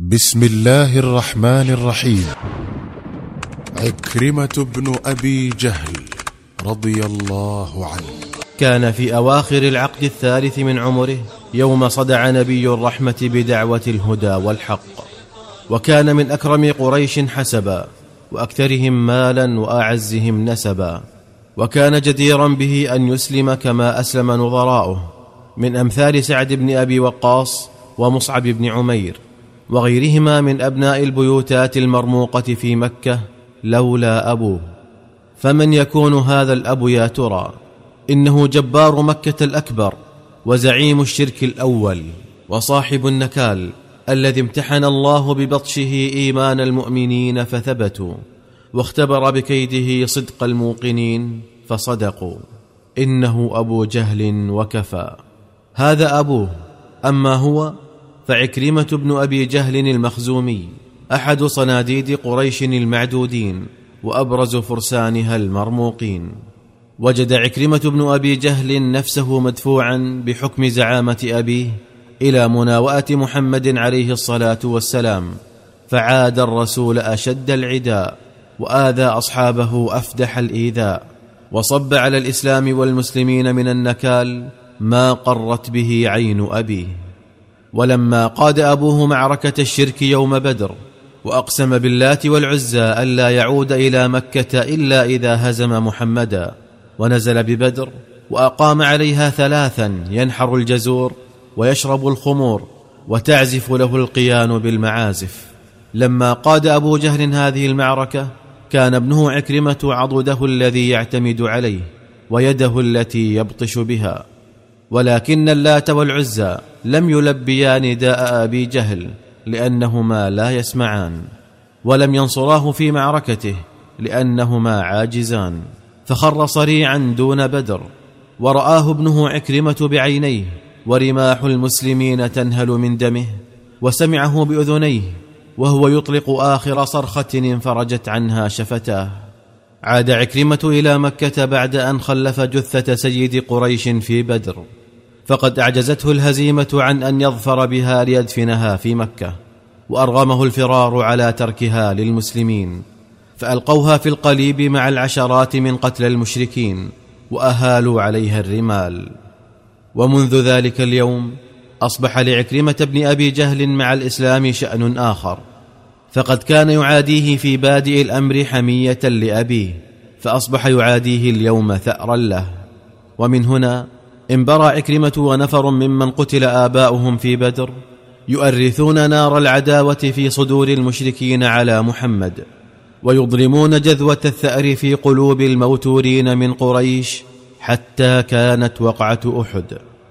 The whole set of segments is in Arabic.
بسم الله الرحمن الرحيم. عكرمة بن أبي جهل رضي الله عنه كان في أواخر العقد الثالث من عمره يوم صدع نبي الرحمة بدعوة الهدى والحق، وكان من أكرم قريش حسبا وأكثرهم مالا وأعزهم نسبا، وكان جديرا به أن يسلم كما أسلم نظراؤه من أمثال سعد بن أبي وقاص ومصعب بن عمير وغيرهما من أبناء البيوتات المرموقة في مكة لولا أبوه. فمن يكون هذا الأب يا ترى؟ إنه جبار مكة الأكبر وزعيم الشرك الأول وصاحب النكال الذي امتحن الله ببطشه إيمان المؤمنين فثبتوا، واختبر بكيده صدق الموقنين فصدقوا. إنه أبو جهل وكفى. هذا أبوه. أما هو فعكرمة بن أبي جهل المخزومي، أحد صناديد قريش المعدودين وأبرز فرسانها المرموقين. وجد عكرمة بن أبي جهل نفسه مدفوعا بحكم زعامة أبيه إلى مناوئة محمد عليه الصلاة والسلام، فعاد الرسول أشد العداء وآذى أصحابه أفدح الإيذاء، وصب على الإسلام والمسلمين من النكال ما قرت به عين أبيه. ولما قاد أبوه معركة الشرك يوم بدر وأقسم باللات والعزى ألا يعود إلى مكة إلا إذا هزم محمدا، ونزل ببدر وأقام عليها 3 ينحر الجزور ويشرب الخمور وتعزف له القيان بالمعازف. لما قاد أبو جهل هذه المعركة كان ابنه عكرمة عضده الذي يعتمد عليه ويده التي يبطش بها، ولكن اللات والعزى لم يلبيا نداء أبي جهل لأنهما لا يسمعان، ولم ينصراه في معركته لأنهما عاجزان، فخر صريعا دون بدر. ورآه ابنه عكرمة بعينيه ورماح المسلمين تنهل من دمه، وسمعه بأذنيه وهو يطلق آخر صرخة انفرجت عنها شفتاه. عاد عكرمة إلى مكة بعد أن خلف جثة سيد قريش في بدر، فقد أعجزته الهزيمة عن أن يظفر بها ليدفنها في مكة، وأرغمه الفرار على تركها للمسلمين، فألقوها في القليب مع العشرات من قتل المشركين وأهالوا عليها الرمال. ومنذ ذلك اليوم أصبح لعكرمة بن أبي جهل مع الإسلام شأن آخر، فقد كان يعاديه في بادئ الأمر حمية لأبيه، فأصبح يعاديه اليوم ثأرا له. ومن هنا انبرى عكرمة ونفر ممن قتل آباؤهم في بدر يؤرثون نار العداوة في صدور المشركين على محمد، ويضرمون جذوة الثأر في قلوب الموتورين من قريش حتى كانت وقعة أحد.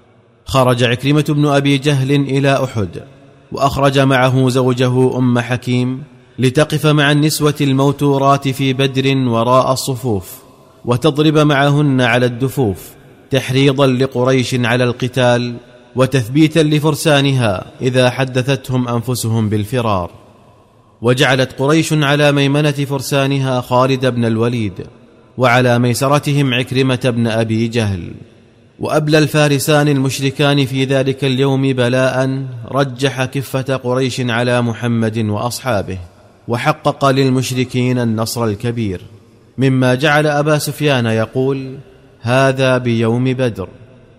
خرج عكرمة بن أبي جهل إلى أحد، وأخرج معه زوجه أم حكيم لتقف مع النسوة الموتورات في بدر وراء الصفوف، وتضرب معهن على الدفوف تحريضا لقريش على القتال وتثبيتا لفرسانها إذا حدثتهم أنفسهم بالفرار. وجعلت قريش على ميمنة فرسانها خالد بن الوليد، وعلى ميسرتهم عكرمة بن أبي جهل. وأبلى الفارسان المشركان في ذلك اليوم بلاء رجح كفة قريش على محمد وأصحابه، وحقق للمشركين النصر الكبير، مما جعل أبا سفيان يقول: هذا بيوم بدر.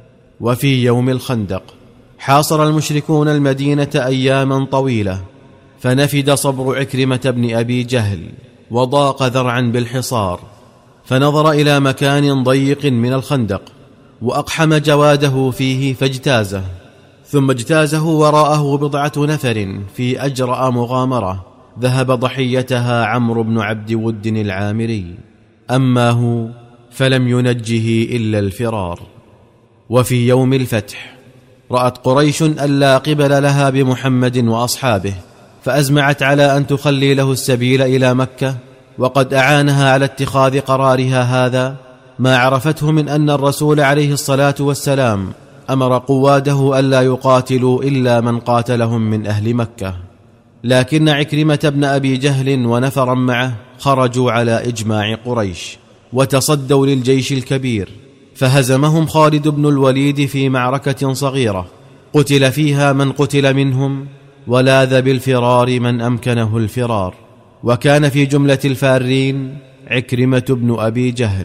وفي يوم الخندق حاصر المشركون المدينة أياما طويلة، فنفد صبر عكرمة بن أبي جهل وضاق ذرعا بالحصار، فنظر إلى مكان ضيق من الخندق وأقحم جواده فيه فاجتازه، ثم اجتازه وراءه 100 نفر في أجرأ مغامرة ذهب ضحيتها عمرو بن عبد ود العامري، أما هو فلم ينجه إلا الفرار. وفي يوم الفتح رأت قريش ألا قبل لها بمحمد وأصحابه، فأزمعت على أن تخلي له السبيل إلى مكة، وقد أعانها على اتخاذ قرارها هذا ما عرفته من أن الرسول عليه الصلاة والسلام أمر قواده ألا يقاتلوا إلا من قاتلهم من أهل مكة. لكن عكرمة بن أبي جهل ونفرا معه خرجوا على إجماع قريش وتصدوا للجيش الكبير، فهزمهم خالد بن الوليد في معركة صغيرة قتل فيها من قتل منهم، ولاذ بالفرار من أمكنه الفرار. وكان في جملة الفارين عكرمة بن أبي جهل.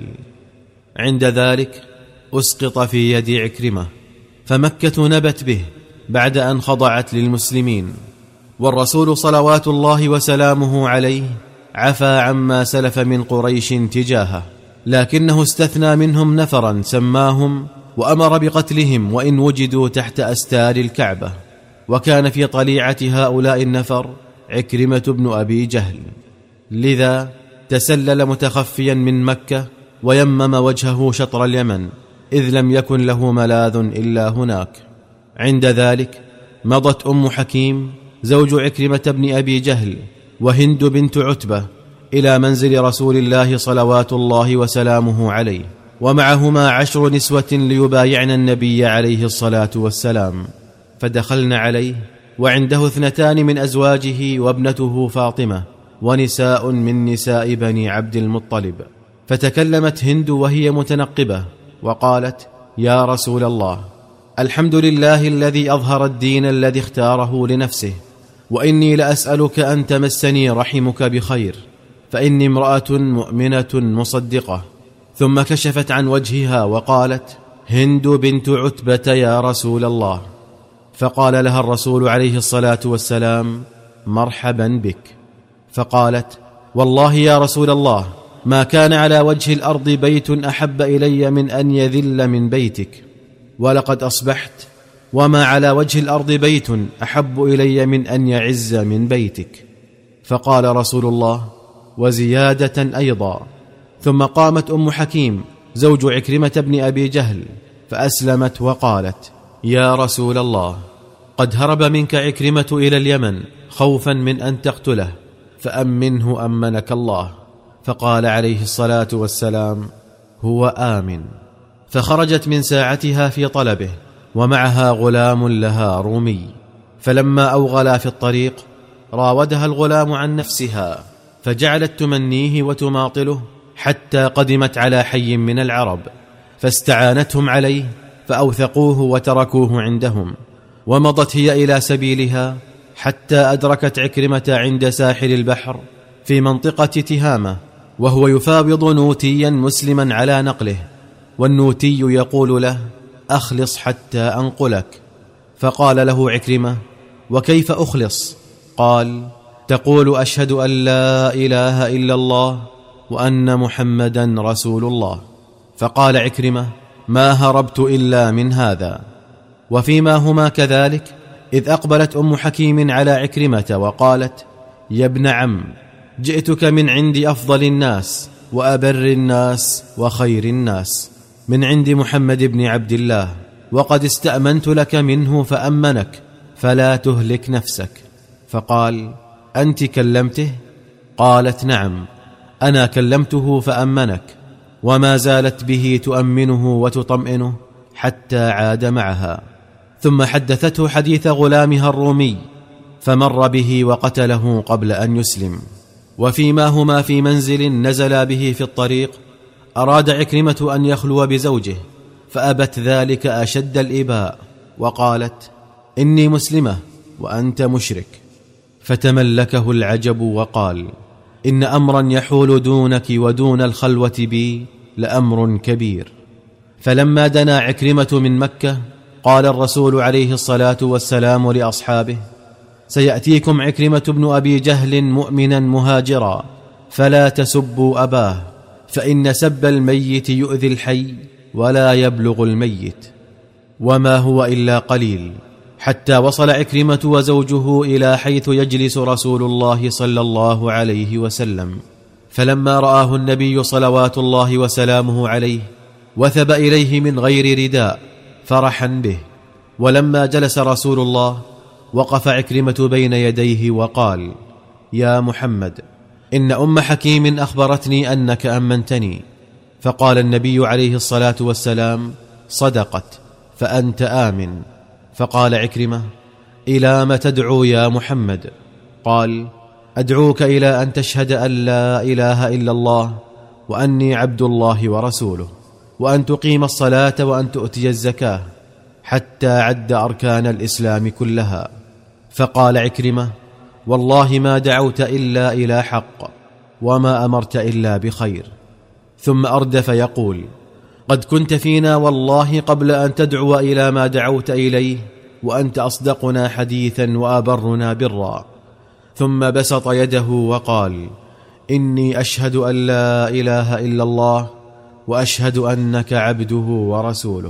عند ذلك أسقط في يد عكرمة، فمكة نبت به بعد أن خضعت للمسلمين، والرسول صلوات الله وسلامه عليه عفى عما سلف من قريش تجاهه، لكنه استثنى منهم نفرا سماهم وأمر بقتلهم وإن وجدوا تحت أستار الكعبة. وكان في طليعة هؤلاء النفر عكرمة بن أبي جهل، لذا تسلل متخفيا من مكة ويمم وجهه شطر اليمن، إذ لم يكن له ملاذ إلا هناك. عند ذلك مضت أم حكيم زوج عكرمة بن أبي جهل وهند بنت عتبة إلى منزل رسول الله صلوات الله وسلامه عليه، ومعهما 10 نسوة ليبايعن النبي عليه الصلاة والسلام. فدخلن عليه وعنده 2 من أزواجه وابنته فاطمة ونساء من نساء بني عبد المطلب. فتكلمت هند وهي متنقبة وقالت: يا رسول الله، الحمد لله الذي أظهر الدين الذي اختاره لنفسه، وإني لأسألك أن تمسني رحمك بخير، فإني امرأة مؤمنة مصدقة. ثم كشفت عن وجهها وقالت: هند بنت عتبة يا رسول الله. فقال لها الرسول عليه الصلاة والسلام: مرحبا بك. فقالت: والله يا رسول الله، ما كان على وجه الأرض بيت أحب إلي من أن يذل من بيتك، ولقد أصبحت وما على وجه الأرض بيت أحب إلي من أن يعز من بيتك. فقال رسول الله: وزيادة أيضا. ثم قامت أم حكيم زوج عكرمة بن أبي جهل فأسلمت وقالت: يا رسول الله، قد هرب منك عكرمة إلى اليمن خوفا من أن تقتله، فأمنه أمنك الله. فقال عليه الصلاة والسلام: هو آمن. فخرجت من ساعتها في طلبه، ومعها غلام لها رومي. فلما أوغلا في الطريق راودها الغلام عن نفسها، فجعلت تمنيه وتماطله حتى قدمت على حي من العرب، فاستعانتهم عليه فأوثقوه وتركوه عندهم. ومضت هي إلى سبيلها حتى أدركت عكرمة عند ساحل البحر في منطقة تهامة، وهو يفاوض نوتيا مسلما على نقله، والنوتي يقول له: أخلص حتى أنقلك. فقال له عكرمة: وكيف أخلص؟ قال: تقول: أشهد أن لا إله إلا الله وأن محمدا رسول الله. فقال عكرمة: ما هربت إلا من هذا. وفيما هما كذلك إذ أقبلت أم حكيم على عكرمة وقالت: يا ابن عم، جئتك من عند أفضل الناس وأبر الناس وخير الناس، من عند محمد بن عبد الله، وقد استأمنت لك منه فأمنك، فلا تهلك نفسك. فقال: أنت كلمته؟ قالت: نعم، أنا كلمته فأمنك. وما زالت به تؤمنه وتطمئنه حتى عاد معها. ثم حدثته حديث غلامها الرومي، فمر به وقتله قبل أن يسلم. وفيما هما في منزل نزلا به في الطريق، أراد عكرمة أن يخلو بزوجه، فأبت ذلك أشد الإباء، وقالت: إني مسلمة وأنت مشرك. فتملكه العجب وقال: إن أمرا يحول دونك ودون الخلوة بي لأمر كبير. فلما دنا عكرمة من مكة قال الرسول عليه الصلاة والسلام لأصحابه: سيأتيكم عكرمة بن أبي جهل مؤمنا مهاجرا، فلا تسبوا أباه، فإن سب الميت يؤذي الحي ولا يبلغ الميت. وما هو إلا قليل حتى وصل عكرمة وزوجه إلى حيث يجلس رسول الله صلى الله عليه وسلم. فلما رآه النبي صلوات الله وسلامه عليه وثب إليه من غير رداء فرحا به. ولما جلس رسول الله وقف عكرمة بين يديه وقال: يا محمد، إن أم حكيم أخبرتني أنك أمنتني. فقال النبي عليه الصلاة والسلام: صدقت، فأنت آمن. فقال عكرمة: إلى ما تدعو يا محمد؟ قال: أدعوك إلى أن تشهد أن لا إله إلا الله وأني عبد الله ورسوله، وأن تقيم الصلاة وأن تؤتي الزكاة، حتى عد أركان الإسلام كلها. فقال عكرمة: والله ما دعوت إلا إلى حق، وما أمرت إلا بخير. ثم أردف يقول: قد كنت فينا والله قبل أن تدعو إلى ما دعوت إليه، وأنت أصدقنا حديثا وأبرنا برا. ثم بسط يده وقال: إني أشهد أن لا إله إلا الله، وأشهد أنك عبده ورسوله.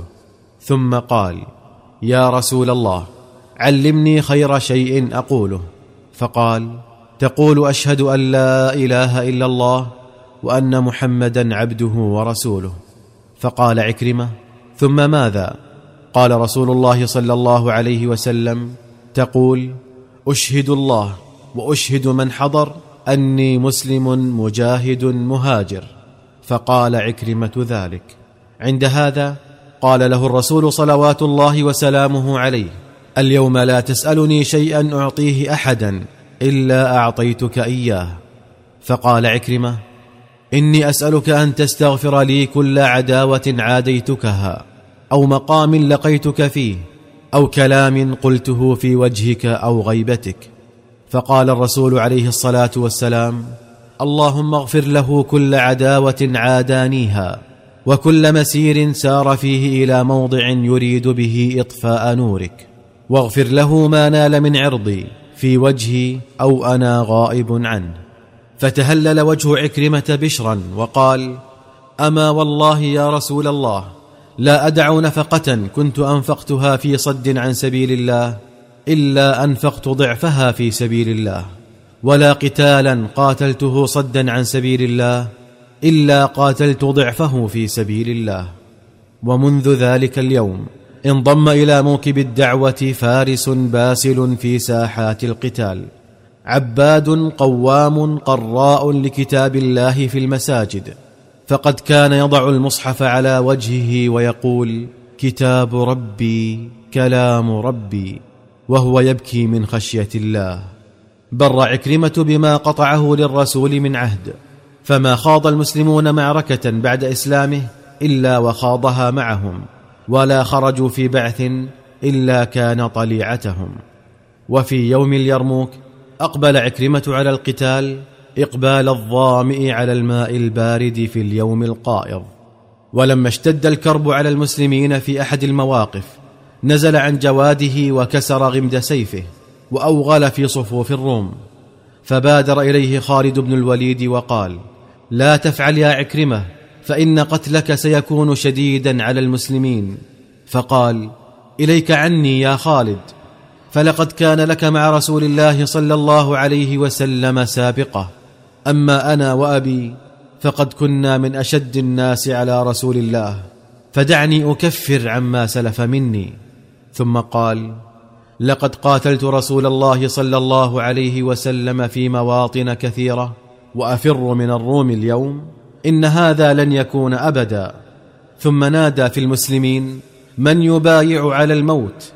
ثم قال: يا رسول الله، علمني خير شيء أقوله. فقال: تقول أشهد أن لا إله إلا الله وأن محمدا عبده ورسوله. فقال عكرمة: ثم ماذا؟ قال رسول الله صلى الله عليه وسلم: تقول: أشهد الله وأشهد من حضر أني مسلم مجاهد مهاجر. فقال عكرمة ذلك. عند هذا قال له الرسول صلوات الله وسلامه عليه: اليوم لا تسألني شيئا أعطيه أحدا إلا أعطيتك إياه. فقال عكرمة: إني أسألك أن تستغفر لي كل عداوة عاديتكها، أو مقام لقيتك فيه، أو كلام قلته في وجهك أو غيبتك. فقال الرسول عليه الصلاة والسلام: اللهم اغفر له كل عداوة عادانيها، وكل مسير سار فيه إلى موضع يريد به إطفاء نورك، واغفر له ما نال من عرضي في وجهي أو أنا غائب عنه. فتهلل وجه عكرمة بشرا وقال: أما والله يا رسول الله، لا أدع نفقة كنت أنفقتها في صد عن سبيل الله إلا أنفقت ضعفها في سبيل الله، ولا قتالا قاتلته صدا عن سبيل الله إلا قاتلت ضعفه في سبيل الله. ومنذ ذلك اليوم انضم إلى موكب الدعوة فارس باسل في ساحات القتال، عباد قوام قراء لكتاب الله في المساجد، فقد كان يضع المصحف على وجهه ويقول: كتاب ربي كلام ربي، وهو يبكي من خشية الله. بر عكرمة بما قطعه للرسول من عهد، فما خاض المسلمون معركة بعد إسلامه إلا وخاضها معهم، ولا خرجوا في بعث إلا كان طليعتهم. وفي يوم اليرموك أقبل عكرمة على القتال إقبال الظامئ على الماء البارد في اليوم القائض. ولما اشتد الكرب على المسلمين في أحد المواقف نزل عن جواده وكسر غمد سيفه وأوغل في صفوف الروم، فبادر إليه خالد بن الوليد وقال: لا تفعل يا عكرمة، فإن قتلك سيكون شديدا على المسلمين. فقال: إليك عني يا خالد، فلقد كان لك مع رسول الله صلى الله عليه وسلم سابقة، أما أنا وأبي فقد كنا من أشد الناس على رسول الله، فدعني أكفر عما سلف مني. ثم قال: لقد قاتلت رسول الله صلى الله عليه وسلم في مواطن كثيرة، وأفر من الروم اليوم، إن هذا لن يكون أبدا. ثم نادى في المسلمين: من يبايع على الموت؟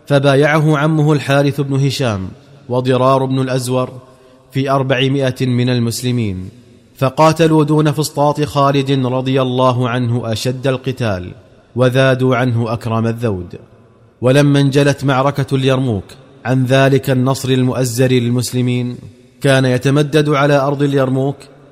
فبايعه عمه الحارث بن هشام وضرار بن الأزور في 400 من المسلمين، فقاتلوا دون فسطاط خالد رضي الله عنه أشد القتال، وذادوا عنه أكرم الذود. ولما انجلت معركة اليرموك عن ذلك النصر المؤزر للمسلمين، كان يتمدد على أرض اليرموك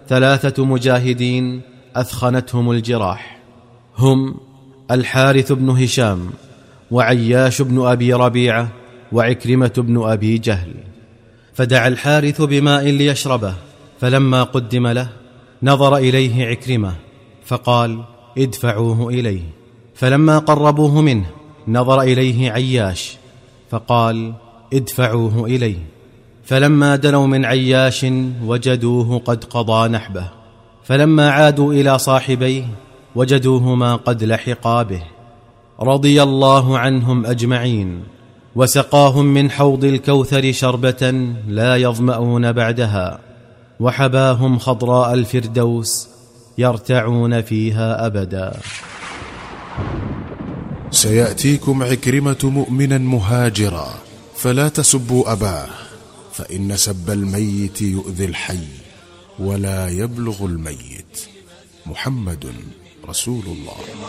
3 مجاهدين أثخنتهم الجراح، هم الحارث بن هشام وعياش بن أبي ربيعة وعكرمة بن أبي جهل. فدعا الحارث بماء ليشربه، فلما قدم له نظر إليه عكرمة فقال: ادفعوه إليه. فلما قربوه منه نظر إليه عياش فقال: ادفعوه إليه. فلما دنوا من عياش وجدوه قد قضى نحبه، فلما عادوا إلى صاحبيه وجدوهما قد لحقا به، رضي الله عنهم أجمعين، وسقاهم من حوض الكوثر شربة لا يظمأون بعدها، وحباهم خضراء الفردوس يرتعون فيها أبدا. سيأتيكم عكرمة مؤمنا مهاجرا، فلا تسبوا أباه، فإن سب الميت يؤذي الحي ولا يبلغ الميت. محمد رسول الله.